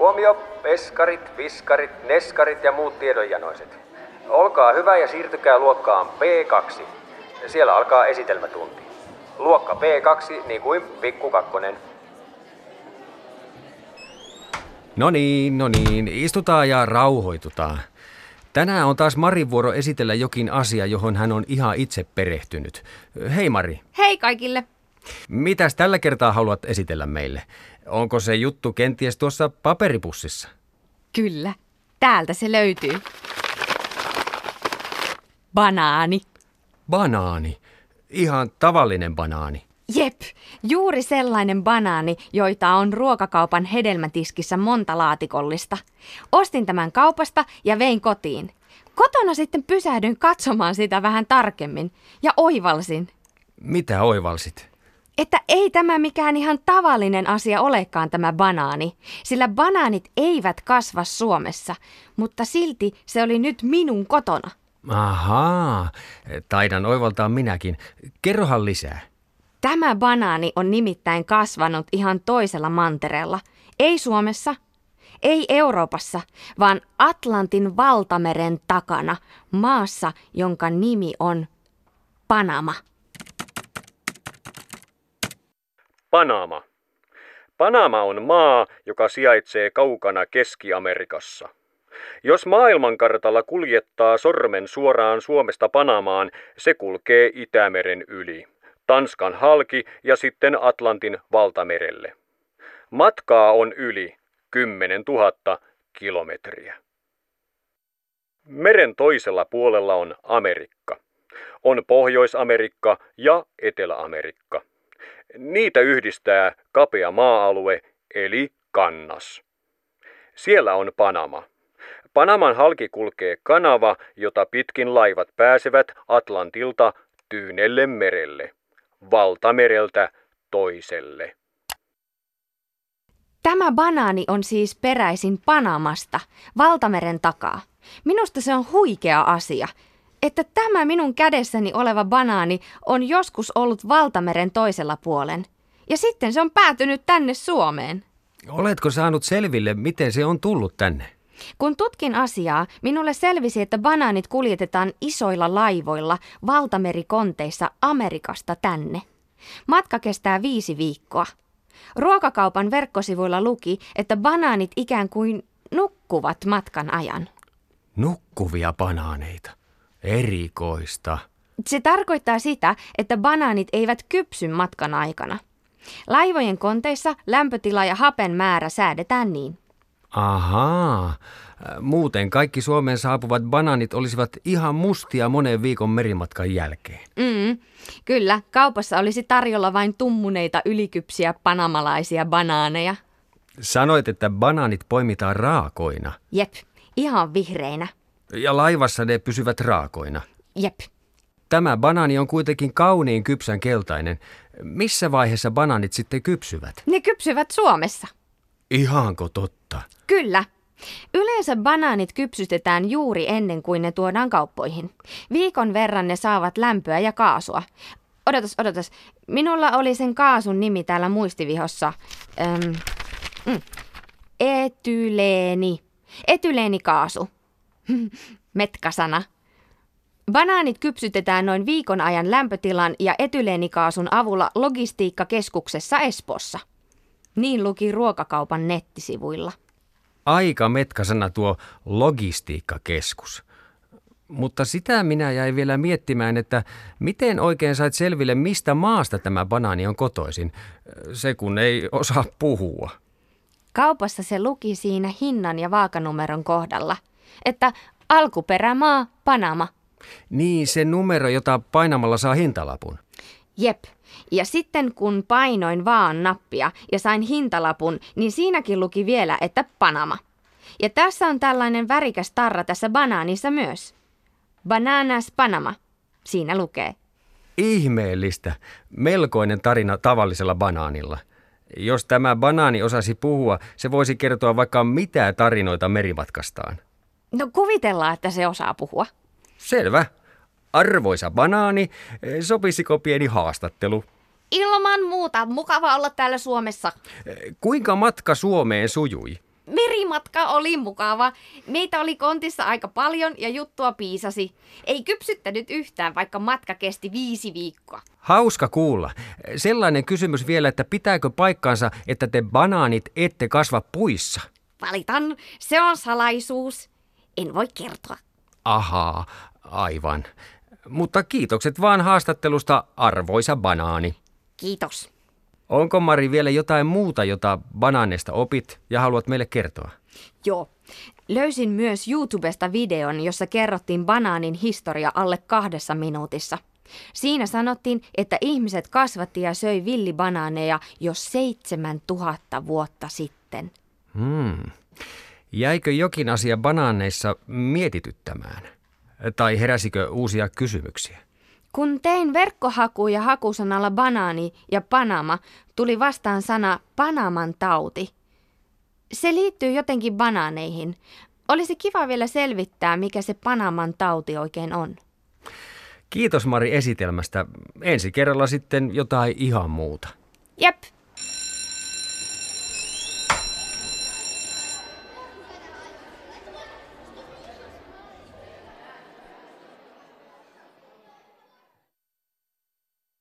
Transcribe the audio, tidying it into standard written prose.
Huomio, peskarit, viskarit, neskarit ja muut tiedonjanoiset. Olkaa hyvä ja siirtykää luokkaan P2. Siellä alkaa esitelmätunti. Luokka P2 niin kuin pikku kakkonen. No niin, istutaan ja rauhoitutaan. Tänään on taas Marin vuoro esitellä jokin asia, johon hän on ihan itse perehtynyt. Hei Mari. Hei kaikille. Mitäs tällä kertaa haluat esitellä meille? Onko se juttu kenties tuossa paperipussissa? Kyllä, täältä se löytyy. Banaani. Banaani. Ihan tavallinen banaani. Jep, juuri sellainen banaani, joita on ruokakaupan hedelmätiskissä monta laatikollista. Ostin tämän kaupasta ja vein kotiin. Kotona sitten pysähdyin katsomaan sitä vähän tarkemmin ja oivalsin. Mitä oivalsit? Että ei tämä mikään ihan tavallinen asia olekaan tämä banaani, sillä banaanit eivät kasva Suomessa, mutta silti se oli nyt minun kotona. Ahaa, taidan oivaltaa minäkin. Kerrohan lisää. Tämä banaani on nimittäin kasvanut ihan toisella mantereella. Ei Suomessa, ei Euroopassa, vaan Atlantin valtameren takana, maassa, jonka nimi on Panama. Panama. Panama on maa, joka sijaitsee kaukana Keski-Amerikassa. Jos maailmankartalla kuljettaa sormen suoraan Suomesta Panamaan, se kulkee Itämeren yli, Tanskan halki ja sitten Atlantin valtamerelle. Matkaa on yli 10 000 kilometriä. Meren toisella puolella on Amerikka. On Pohjois-Amerikka ja Etelä-Amerikka. Niitä yhdistää kapea maa-alue eli kannas. Siellä on Panama. Panaman halki kulkee kanava, jota pitkin laivat pääsevät Atlantilta Tyynelle merelle, valtamereltä toiselle. Tämä banaani on siis peräisin Panamasta, valtameren takaa. Minusta se on huikea asia, että tämä minun kädessäni oleva banaani on joskus ollut valtameren toisella puolen. Ja sitten se on päätynyt tänne Suomeen. Oletko saanut selville, miten se on tullut tänne? Kun tutkin asiaa, minulle selvisi, että banaanit kuljetetaan isoilla laivoilla valtamerikonteissa Amerikasta tänne. Matka kestää 5 viikkoa. Ruokakaupan verkkosivuilla luki, että banaanit ikään kuin nukkuvat matkan ajan. Nukkuvia banaaneita. Erikoista. Se tarkoittaa sitä, että banaanit eivät kypsy matkan aikana. Laivojen konteissa lämpötila ja hapen määrä säädetään niin. Ahaa. Muuten kaikki Suomeen saapuvat banaanit olisivat ihan mustia monen viikon merimatkan jälkeen. Kyllä, kaupassa olisi tarjolla vain tummuneita ylikypsiä panamalaisia banaaneja. Sanoit, että banaanit poimitaan raakoina. Jep, ihan vihreinä. Ja laivassa ne pysyvät raakoina. Jep. Tämä banaani on kuitenkin kauniin kypsän keltainen. Missä vaiheessa banaanit sitten kypsyvät? Ne kypsyvät Suomessa. Ihanko totta? Kyllä. Yleensä banaanit kypsytetään juuri ennen kuin ne tuodaan kauppoihin. Viikon verran ne saavat lämpöä ja kaasua. Odotas. Minulla oli sen kaasun nimi täällä muistivihossa. Etyleeni. Etyleenikaasu. Metkasana. Banaanit kypsytetään noin viikon ajan lämpötilan ja etyleenikaasun avulla logistiikkakeskuksessa Espoossa. Niin luki ruokakaupan nettisivuilla. Aika metkasana tuo logistiikkakeskus. Mutta sitä minä jäin vielä miettimään, että miten oikein sait selville, mistä maasta tämä banaani on kotoisin. Se kun ei osaa puhua. Kaupassa se luki siinä hinnan ja vaakanumeron kohdalla, että alkuperämaa Panama. Niin, se numero, jota painamalla saa hintalapun. Jep. Ja sitten kun painoin vaan nappia ja sain hintalapun, niin siinäkin luki vielä, että Panama. Ja tässä on tällainen värikäs tarra tässä banaanissa myös. Bananas Panama. Siinä lukee. Ihmeellistä. Melkoinen tarina tavallisella banaanilla. Jos tämä banaani osasi puhua, se voisi kertoa vaikka mitä tarinoita merimatkastaan. No kuvitellaan, että se osaa puhua. Selvä. Arvoisa banaani, sopisiko pieni haastattelu? Ilman muuta. Mukava olla täällä Suomessa. Kuinka matka Suomeen sujui? Merimatka oli mukava. Meitä oli kontissa aika paljon ja juttua piisasi. Ei kypsyttänyt yhtään, vaikka matka kesti 5 viikkoa. Hauska kuulla. Sellainen kysymys vielä, että pitääkö paikkansa, että te banaanit ette kasva puissa? Valitan, se on salaisuus. En voi kertoa. Ahaa, aivan. Mutta kiitokset vaan haastattelusta, arvoisa banaani. Kiitos. Onko, Mari, vielä jotain muuta, jota banaaneista opit ja haluat meille kertoa? Joo. Löysin myös YouTubesta videon, jossa kerrottiin banaanin historia alle 2 minuutissa. Siinä sanottiin, että ihmiset kasvatti ja söi villibanaaneja jo 7000 vuotta sitten. Jäikö jokin asia banaaneissa mietityttämään? Tai heräsikö uusia kysymyksiä? Kun tein verkkohakuja hakusanalla banaani ja Panama, tuli vastaan sana Panaman tauti. Se liittyy jotenkin banaaneihin. Olisi kiva vielä selvittää, mikä se Panaman tauti oikein on. Kiitos, Mari, esitelmästä. Ensi kerralla sitten jotain ihan muuta. Jep.